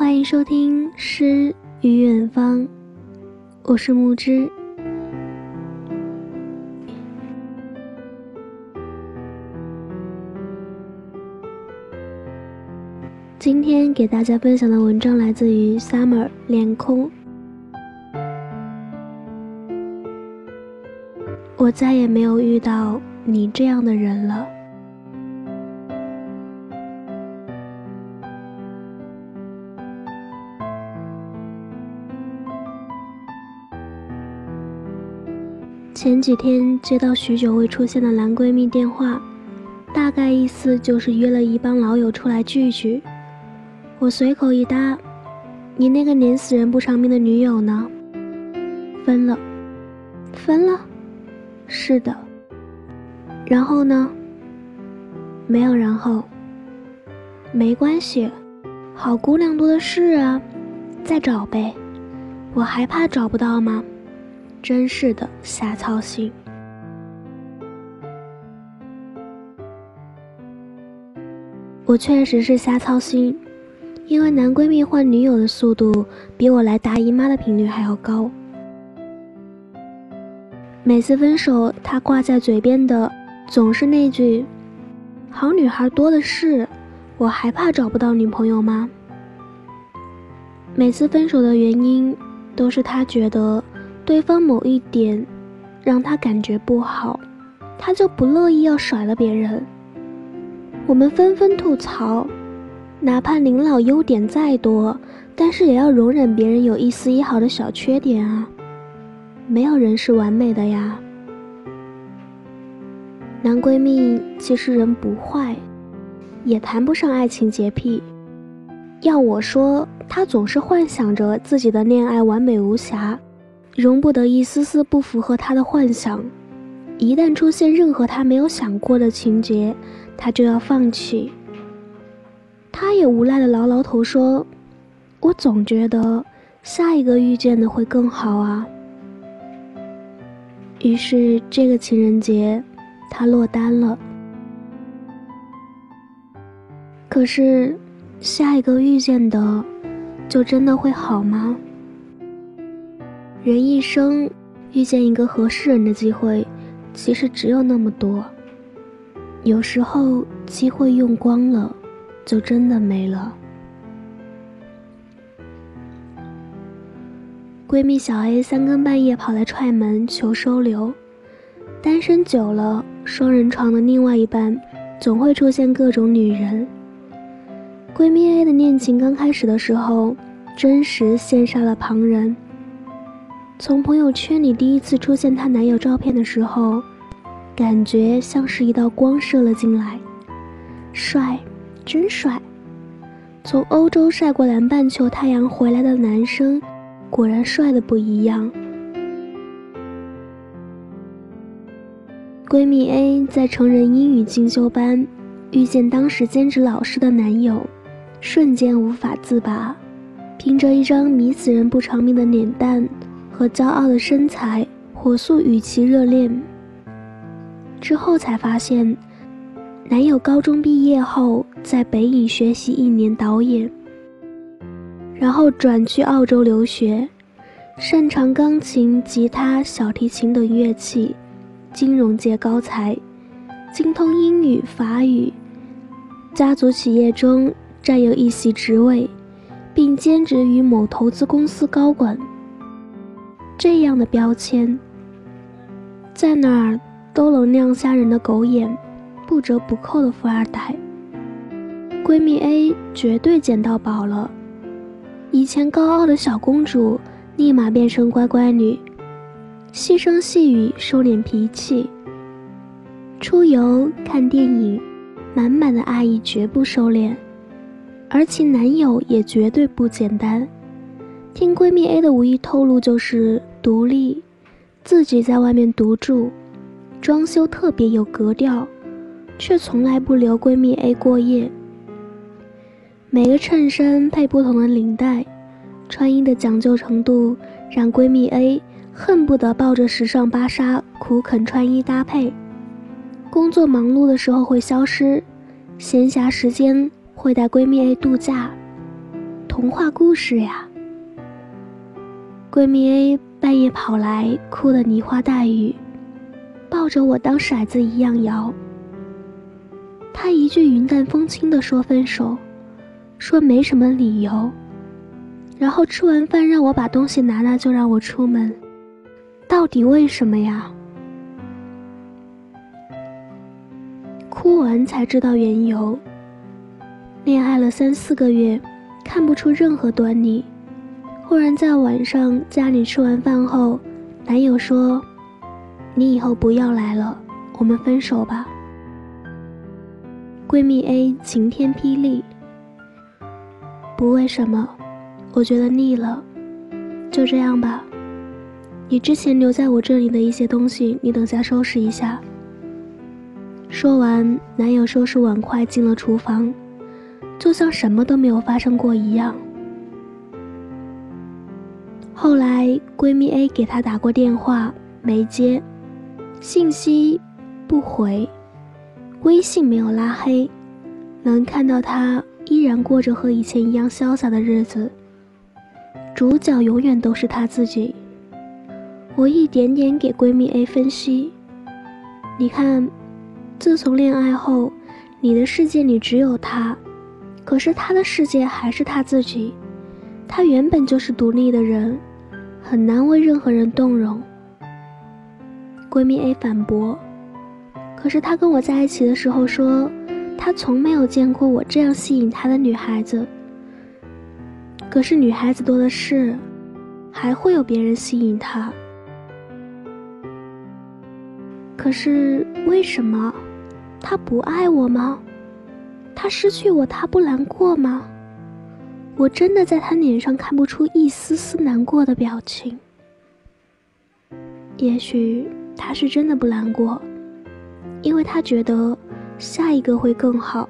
欢迎收听诗与远方，我是木之。今天给大家分享的文章来自于 Summer 恋空。我再也没有遇到你这样的人了。前几天接到许久未出现的男闺蜜电话，大概意思就是约了一帮老友出来聚聚。我随口一搭，你那个黏死人不偿命的女友呢？分了。分了？是的。然后呢？没有然后。没关系，好姑娘多的是啊，再找呗。我还怕找不到吗？真是的，瞎操心。我确实是瞎操心，因为男闺蜜换女友的速度比我来大姨妈的频率还要高。每次分手，他挂在嘴边的总是那句好女孩多的是，我还怕找不到女朋友吗？每次分手的原因都是他觉得对方某一点让他感觉不好，他就不乐意要甩了别人。我们纷纷吐槽，哪怕林老优点再多，但是也要容忍别人有一丝一毫的小缺点啊，没有人是完美的呀。男闺蜜其实人不坏，也谈不上爱情洁癖。要我说，他总是幻想着自己的恋爱完美无瑕，容不得一丝丝不符合他的幻想，一旦出现任何他没有想过的情节，他就要放弃。他也无奈地挠挠头说，我总觉得下一个遇见的会更好啊。于是这个情人节他落单了。可是下一个遇见的就真的会好吗？人一生遇见一个合适人的机会其实只有那么多，有时候机会用光了就真的没了。闺蜜小 A 3更半夜跑来踹门求收留，单身久了，双人床的另外一半总会出现各种女人。闺蜜 A 的恋情刚开始的时候，真实羡煞了旁人。从朋友圈里第一次出现她男友照片的时候，感觉像是一道光射了进来，帅，真帅。从欧洲晒过南半球太阳回来的男生，果然帅得不一样。闺蜜 A 在成人英语进修班遇见当时兼职老师的男友，瞬间无法自拔，凭着一张迷死人不偿命的脸蛋和骄傲的身材，火速与其热恋。之后才发现，男友高中毕业后在北影学习1年导演，然后转去澳洲留学，擅长钢琴、吉他、小提琴等乐器，金融界高才，精通英语、法语，家族企业中占有一席职位，并兼职于某投资公司高管。这样的标签在哪儿都能亮瞎人的狗眼，不折不扣的富二代。闺蜜 A 绝对捡到宝了，以前高傲的小公主立马变成乖乖女，细声细语收敛脾气，出游看电影，满满的爱意绝不收敛。而其男友也绝对不简单，听闺蜜 A 的无意透露，就是独立，自己在外面独住，装修特别有格调，却从来不留闺蜜 A 过夜。每个衬衫配不同的领带，穿衣的讲究程度让闺蜜 A 恨不得抱着时尚芭莎苦啃穿衣搭配。工作忙碌的时候会消失，闲暇时间会带闺蜜 A 度假。 童话故事呀。闺蜜 A 半夜跑来，哭得梨花带雨，抱着我当骰子一样摇。她一句云淡风轻地说分手，说没什么理由，然后吃完饭让我把东西拿就让我出门。到底为什么呀？哭完才知道缘由。恋爱了3-4个月，看不出任何端倪，忽然在晚上家里吃完饭后，男友说：“你以后不要来了，我们分手吧。”闺蜜 A 晴天霹雳：“不为什么，我觉得腻了，就这样吧。你之前留在我这里的一些东西，你等下收拾一下。”说完，男友收拾碗筷进了厨房，就像什么都没有发生过一样。后来闺蜜 A 给她打过电话，没接，信息不回，微信没有拉黑，能看到她依然过着和以前一样潇洒的日子，主角永远都是她自己。我一点点给闺蜜 A 分析，你看，自从恋爱后，你的世界里只有他，可是他的世界还是他自己。他原本就是独立的人，很难为任何人动容。闺蜜 A 反驳，可是他跟我在一起的时候说，他从没有见过我这样吸引他的女孩子。可是女孩子多的是，还会有别人吸引他。可是为什么？他不爱我吗？他失去我，他不难过吗？我真的在他脸上看不出一丝丝难过的表情。也许他是真的不难过，因为他觉得下一个会更好。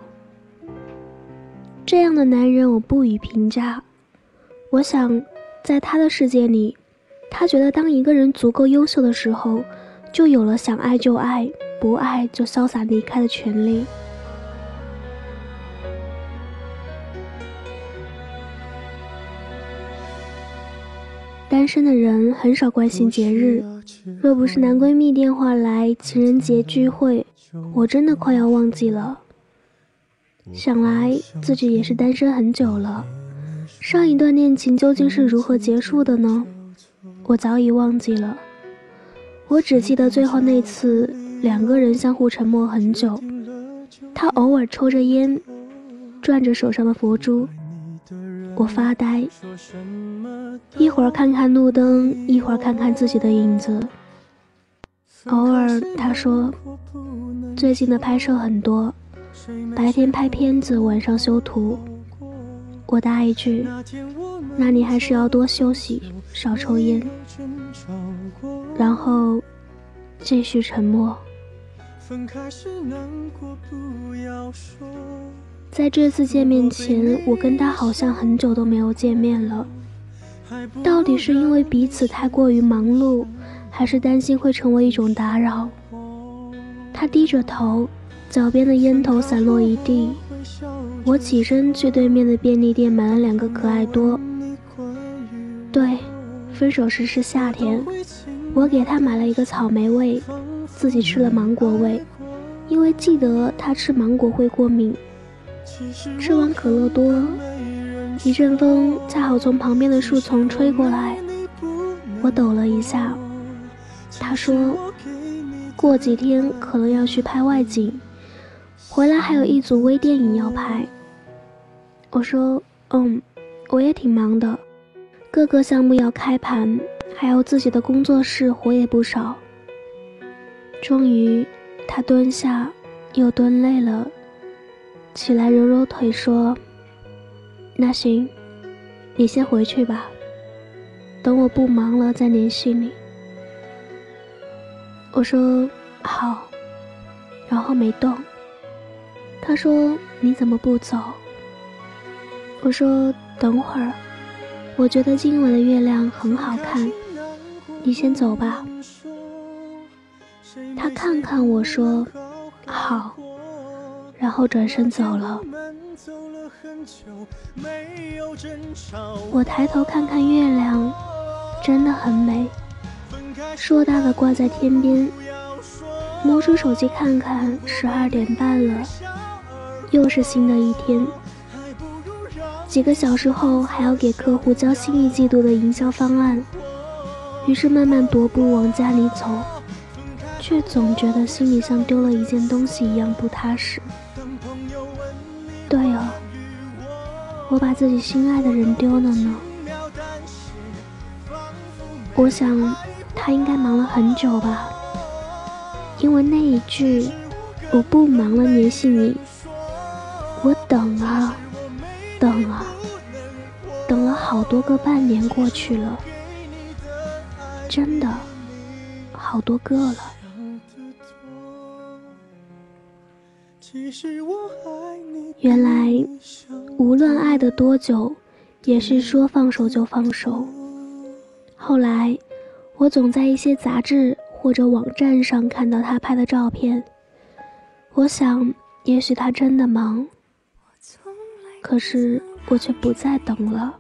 这样的男人我不予评价。我想在他的世界里，他觉得当一个人足够优秀的时候，就有了想爱就爱，不爱就潇洒离开的权利。单身的人很少关心节日，若不是男闺蜜电话来情人节聚会，我真的快要忘记了。想来自己也是单身很久了，上一段恋情究竟是如何结束的呢？我早已忘记了。我只记得最后那次2个人相互沉默很久，他偶尔抽着烟，转着手上的佛珠，我发呆，一会儿看看路灯，一会儿看看自己的影子。偶尔他说，最近的拍摄很多，白天拍片子，晚上修图。我答一句，那你还是要多休息，少抽烟。然后继续沉默。在这次见面前，我跟他好像很久都没有见面了。到底是因为彼此太过于忙碌，还是担心会成为一种打扰？他低着头，脚边的烟头散落一地。我起身去对面的便利店买了2个可爱多。对，分手时是夏天，我给他买了一个草莓味，自己吃了芒果味，因为记得他吃芒果会过敏。吃完可乐多，一阵风恰好从旁边的树丛吹过来，我抖了一下。他说过几天可能要去拍外景，回来还有一组微电影要拍。我说我也挺忙的，各个项目要开盘，还有自己的工作室，活也不少。终于他蹲下又蹲累了，起来揉揉腿说，那行，你先回去吧，等我不忙了再联系你。我说好，然后没动。他说你怎么不走？我说等会儿，我觉得今晚的月亮很好看，你先走吧。他看看我说好，然后转身走了。 我抬头看看月亮，真的很美，硕大的挂在天边。摸出手机看看，12点半了，又是新的一天。几个小时后还要给客户交新一季度的营销方案，于是慢慢踱步往家里走，却总觉得心里像丢了一件东西一样不踏实。对哦，我把自己心爱的人丢了呢。我想他应该忙了很久吧，因为那一句我不忙了联系你，我等啊等啊，等了好多个半年过去了，真的好多个了。原来无论爱得多久，也是说放手就放手。后来我总在一些杂志或者网站上看到他拍的照片，我想也许他真的忙，可是我却不再等了。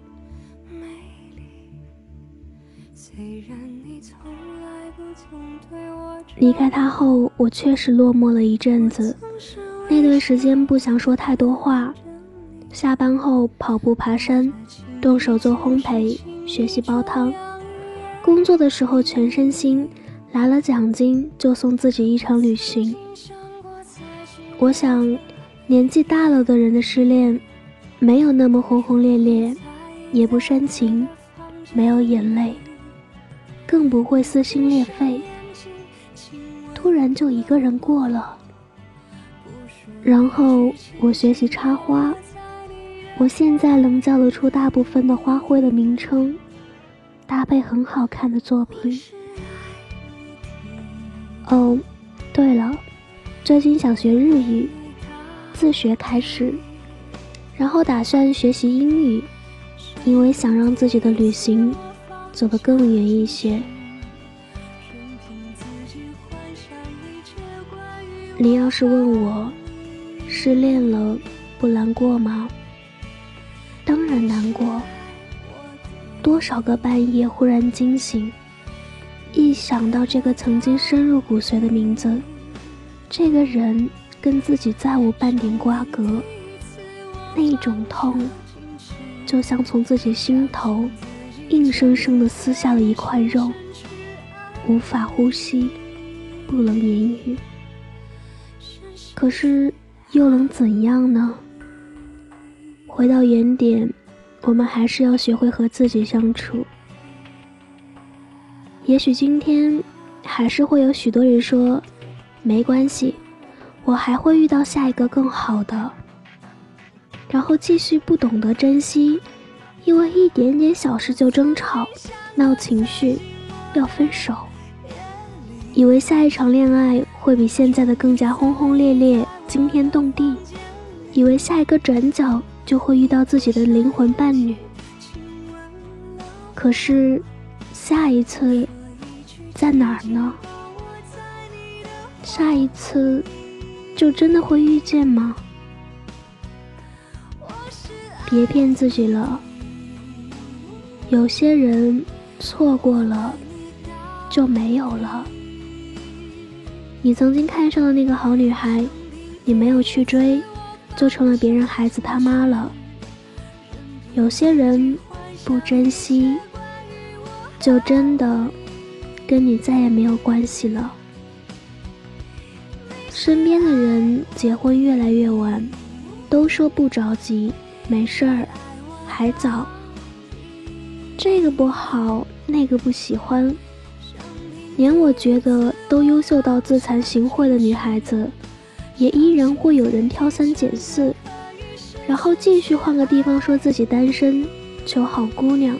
离开他后，我确实落寞了一阵子，那段时间不想说太多话，下班后跑步爬山，动手做烘焙，学习煲汤，工作的时候全身心，拿了奖金就送自己一场旅行。我想年纪大了的人的失恋没有那么轰轰烈烈，也不煽情，没有眼泪，更不会撕心裂肺，突然就一个人过了。然后我学习插花，我现在能叫得出大部分的花卉的名称，搭配很好看的作品。哦，对了，最近想学日语，自学开始，然后打算学习英语，因为想让自己的旅行走得更远一些。你要是问我失恋了不难过吗？当然难过，多少个半夜忽然惊醒，一想到这个曾经深入骨髓的名字，这个人跟自己再无半点瓜葛，那种痛就像从自己心头硬生生地撕下了一块肉，无法呼吸，不能言语。可是又能怎样呢？回到原点，我们还是要学会和自己相处。也许今天还是会有许多人说没关系，我还会遇到下一个更好的，然后继续不懂得珍惜，因为一点点小事就争吵闹情绪要分手，以为下一场恋爱会比现在的更加轰轰烈烈惊天动地，以为下一个转角就会遇到自己的灵魂伴侣。可是下一次在哪儿呢？下一次就真的会遇见吗？别骗自己了，有些人错过了就没有了。你曾经看上的那个好女孩，你没有去追，就成了别人孩子他妈了。有些人不珍惜，就真的跟你再也没有关系了。身边的人结婚越来越晚，都说不着急，没事儿，还早，这个不好，那个不喜欢。连我觉得都优秀到自惭形秽的女孩子，也依然会有人挑三拣四，然后继续换个地方说自己单身，求好姑娘。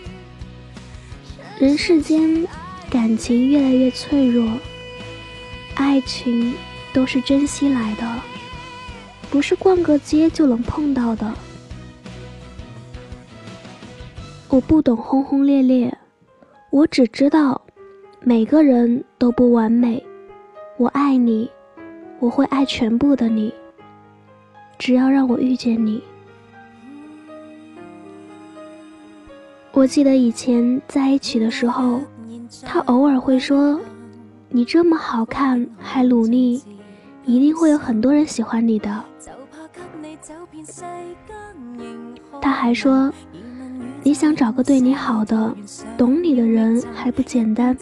人世间感情越来越脆弱，爱情都是珍惜来的，不是逛个街就能碰到的。我不懂轰轰烈烈，我只知道每个人都不完美。我爱你，我会爱全部的你，只要让我遇见你我记得以前在一起的时候，他偶尔会说，你这么好看还努力，一定会有很多人喜欢你的。他还说，你想找个对你好的懂你的人还不简单。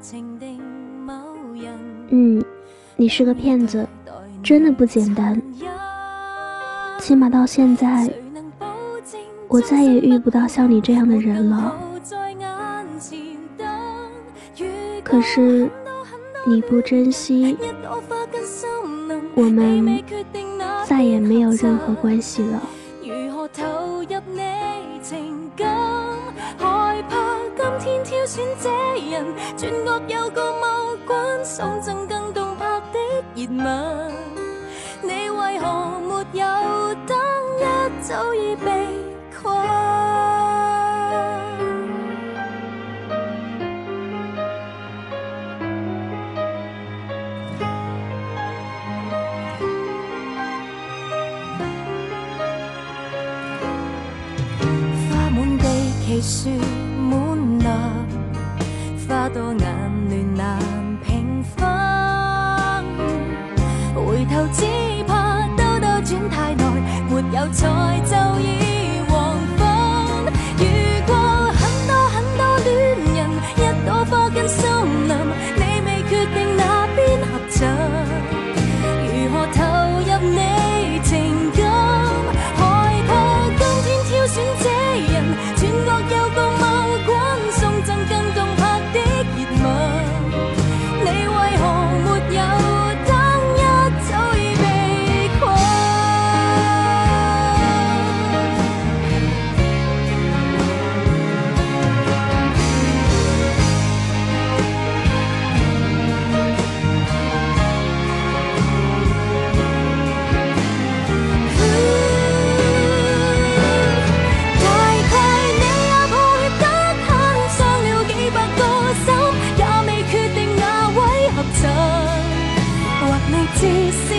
你是个骗子，真的不简单。起码到现在，我再也遇不到像你这样的人了。可是你不珍惜，我们再也没有任何关系了。如何投入你情感，害怕今天挑選這人，轉惡有個某關，送贈更動魄的熱吻。你為何沒有等，一早已被困。花滿地奇樹滿立，花多眼亂難平分。回頭只怕兜兜轉太耐，沒有才就已黃昏。遇過很多很多戀人，一朵花跟森林，你未決定哪邊合襯。如何投入你情感，害怕今天挑選這人，轉惡有個某關，送贈更動魄的熱吻。你為何沒有等，一早已被困。至少